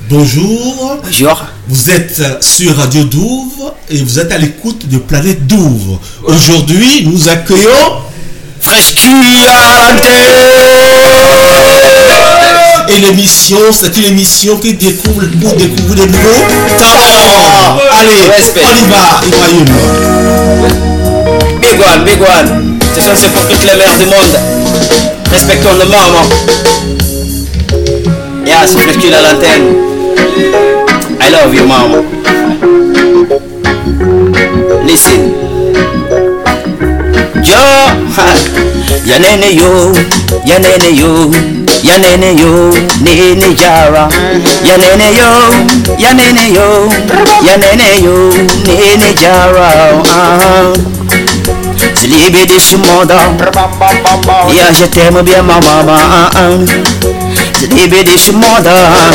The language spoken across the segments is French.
Bonjour. Bonjour. Vous êtes sur Radio Douve et vous êtes à l'écoute de Planète Douve. Aujourd'hui, nous accueillons Fresh Cuit à l'antenne. Et l'émission, c'est une émission qui découvre des nouveaux talents. Allez, respect. On y va, Ibrahim. Big one. Ce soir, c'est pour toutes les mères du monde. Respectons nos mamans. Yeah, c'est Fresh Cuit à l'antenne. I love you, mama. Listen. Yo, ya nene yo, ya nene yo, ya nene yo, nene jara. Ya nene yo, ya nene yo, ya nene yo, nene jara. C'est libéré de ce monde. Ya je t'aime bien ma maman. C'est libéré de ce monde.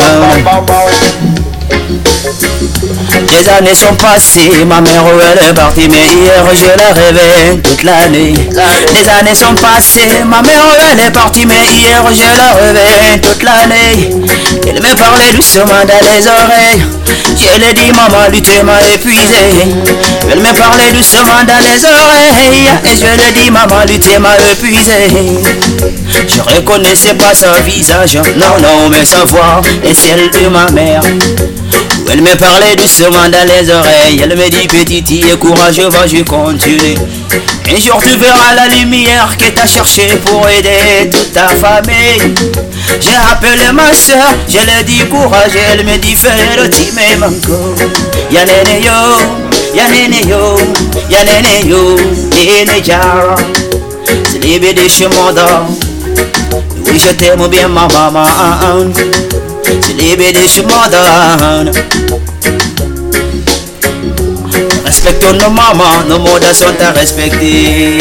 Les années sont passées, ma mère elle est partie, mais hier je la rêvais toute l'année. Les années sont passées, ma mère elle est partie, mais hier je la rêvais toute l'année. Elle me parlait doucement dans les oreilles. Je lui ai dit maman, lutter m'a épuisé. Elle me parlait doucement dans les oreilles. Et je lui ai dit maman, lutter m'a épuisé. Je reconnaissais pas son visage, non, mais sa voix est celle de ma mère. Elle me parlait doucement dans les oreilles. Elle me dit petite et courageux, vas-y continuer. Un jour tu verras la lumière que t'as cherché pour aider toute ta famille. J'ai appelé ma soeur, je lui ai dit courage. Elle me dit fais le team et manco. Ya nene yo, ya nene yo, ya nene yo, nene jara. C'est libéré de chez mon dos. Oui je t'aime bien ma maman. C'est libéré de chez mon dos. Respectons nos mamans, nos modes sont à respecter.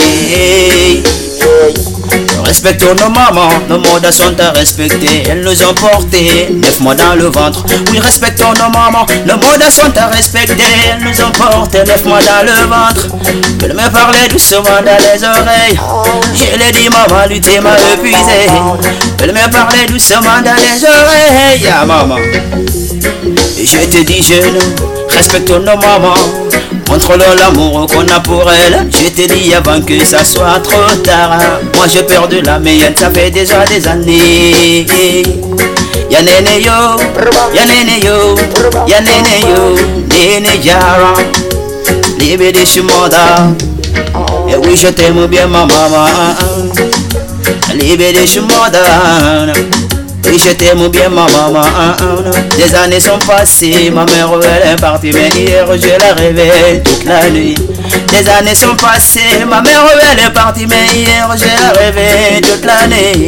Respectons nos mamans, nos modes sont à respecter. Elles nous ont porté 9 mois dans le ventre. Oui, respectons nos mamans, nos modes sont à respecter. Elles nous ont porté 9 mois dans le ventre. Elle me parlait doucement dans les oreilles. Je lui ai dit maman, lutter m'a épuisé. Elle me parlait doucement dans les oreilles. Ah maman. Et je te dis jeune, respectons nos mamans. Montre-leur l'amour qu'on a pour elle. Je t'ai dit avant que ça soit trop tard. Moi j'ai perdu la mienne, ça fait déjà des années. Ya nene yo, ya nene yo, ya nene yo, nene jara. Libéré de ce monde. Et oui je t'aime bien ma maman. Libéré de ce monde. Oui, je t'aime bien ma maman. Des années sont passées, ma mère elle est partie, mais hier je la rêvais toute la nuit. Des années sont passées, ma mère elle est partie, mais hier je la rêvais toute la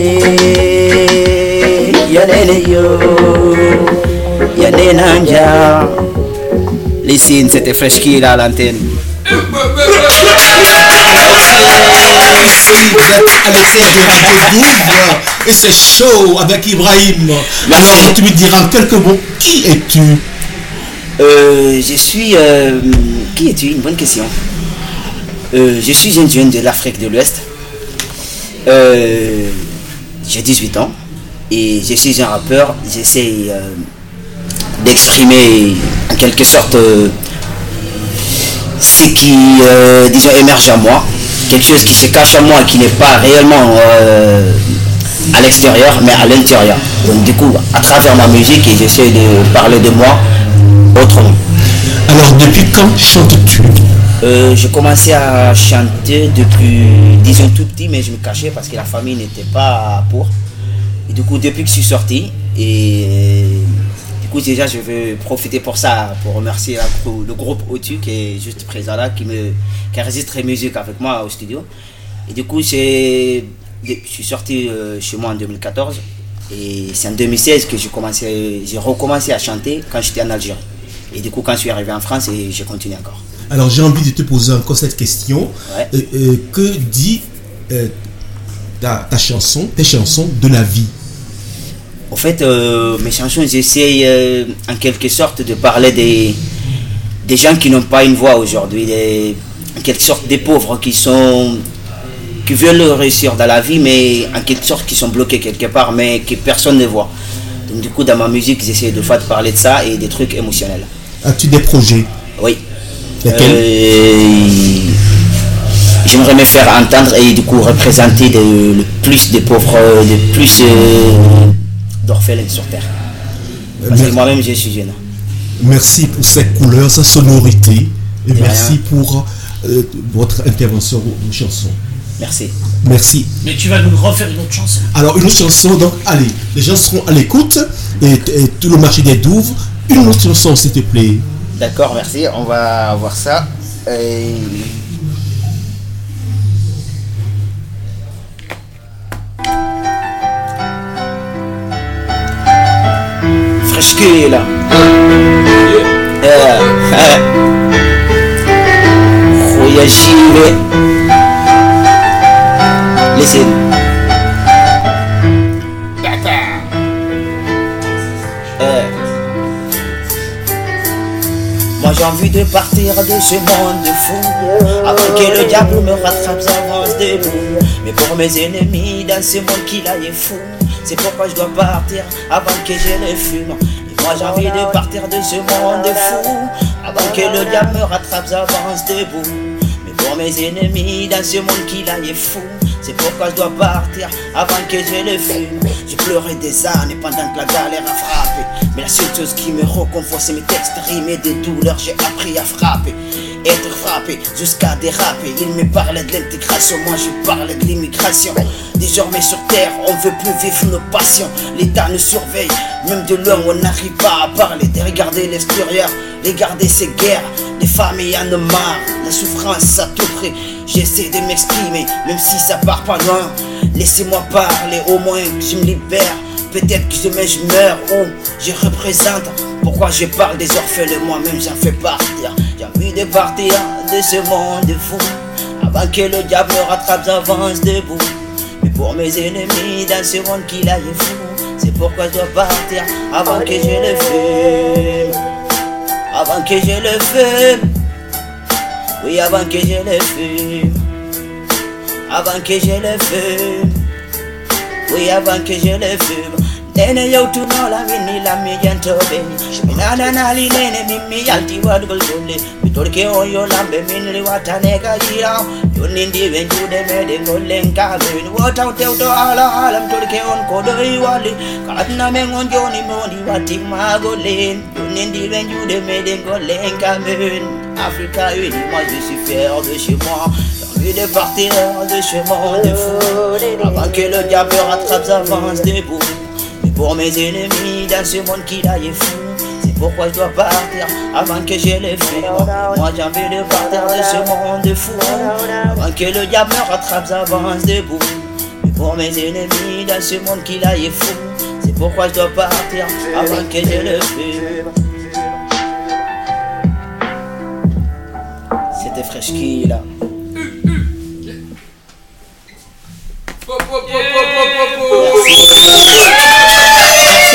nuit. Ya nene yo, ya nena. Les signes, c'était Fresh Cuit à l'antenne. Vous êtes à l'écoute de Radio Douve et c'est chaud avec Ibrahim. Merci. Alors, tu me diras en quelques mots, qui es-tu? Je suis... qui es-tu? Une bonne question. Je suis un jeune de l'Afrique de l'Ouest. J'ai 18 ans et je suis un rappeur. J'essaie d'exprimer en quelque sorte ce qui, disons, émerge en moi. Quelque chose qui se cache en moi et qui n'est pas réellement à l'extérieur, mais à l'intérieur. Donc du coup, à travers ma musique, j'essaie de parler de moi autrement. Alors, depuis quand chantes-tu? J'ai commencé à chanter depuis, disons, tout petit, mais je me cachais parce que la famille n'était pas pour. Et du coup, depuis que je suis sorti, et du coup, déjà, je veux profiter pour ça, pour remercier le groupe O2 qui est juste présent là, qui enregistre la musique avec moi au studio. Et du coup, je suis sorti chez moi en 2014. Et c'est en 2016 que j'ai recommencé à chanter quand j'étais en Algérie. Et du coup, quand je suis arrivé en France, j'ai continué encore. Alors, j'ai envie de te poser encore cette question. Ouais. Que dit tes chansons de la vie? En fait, mes chansons, j'essaie en quelque sorte de parler des gens qui n'ont pas une voix aujourd'hui, en quelque sorte des pauvres qui veulent réussir dans la vie, mais en quelque sorte qui sont bloqués quelque part, mais que personne ne voit. Du coup, dans ma musique, j'essaie de fois de parler de ça et des trucs émotionnels. As-tu des projets? Oui. Lesquels? J'aimerais me faire entendre et du coup représenter le plus des pauvres, le plus d'orphelins sur terre. Parce que moi-même, je suis jeune. Merci pour cette couleur, sa sonorité. Et De merci rien. pour votre intervention aux chansons. Merci. Merci. Mais tu vas nous refaire une autre chanson. Alors, une autre chanson, donc, allez, les gens seront à l'écoute et tout le marché des douves. Une autre chanson, s'il te plaît. D'accord, merci. On va voir ça. Fresque là. Royachive. Listen. Moi j'ai envie de partir de ce monde fou avant que le diable me rattrape, j'avance debout. Mais pour mes ennemis dans ce monde qui là est fou, c'est pourquoi je dois partir avant que je ne fume. Et moi j'ai envie de partir de ce monde fou avant que le diable me rattrape, j'avance debout. Mais pour mes ennemis dans ce monde qui là est fou, c'est pourquoi je dois partir avant que je le fume. J'ai pleuré des années pendant que la galère a frappé, mais la seule chose qui me réconforte c'est mes textes rimés des douleurs. J'ai appris à frapper, être frappé jusqu'à déraper. Il me parlait de l'intégration, moi je parlais de l'immigration. Désormais sur terre, on veut plus vivre nos passions. L'État nous surveille, même de loin on n'arrive pas à parler. De regarder l'extérieur, regarder ces guerres. Les familles en ont marre, la souffrance à tout prix. J'essaie de m'exprimer, même si ça part pas loin. Laissez-moi parler, au moins que je me libère. Peut-être que demain je meurs ou je représente. Pourquoi je parle des orphelins, moi-même j'en fais partir. J'ai envie de partir de ce monde fou avant que le diable me rattrape, j'avance debout. Mais pour mes ennemis dans ce monde qui là est fou, c'est pourquoi je dois partir avant que je le fume. Avant que je le fume. Oui, avant que je le fume. Avant que je le fume. Oui, avant que je le fume. Nene yow tu no la mini la mi janto be. Minana na li nene mimi yalti wadgol gole. Bitorke oyo lambe minri watane ka jira. Yonindi venju de mede golen ka ben. Wota uteuto ala alam torke on kodo iwali. Kadna mengon joni moni wati magolen. Yonindi venju de mede golen ka ben. Africa unie, moi je suis fier de chez moi. J'ai envie de partir de ce monde fou avant que le diable rattrape, j'avance debout. Mais pour mes ennemis dans ce monde qui là est fou, c'est pourquoi je dois partir avant que je le fume. Moi j'ai envie de partir de ce monde fou avant que le diable me rattrape, j'avance debout. Mais pour mes ennemis dans ce monde qui là est fou, c'est pourquoi je dois partir avant que je le fume. C'était Fresque là.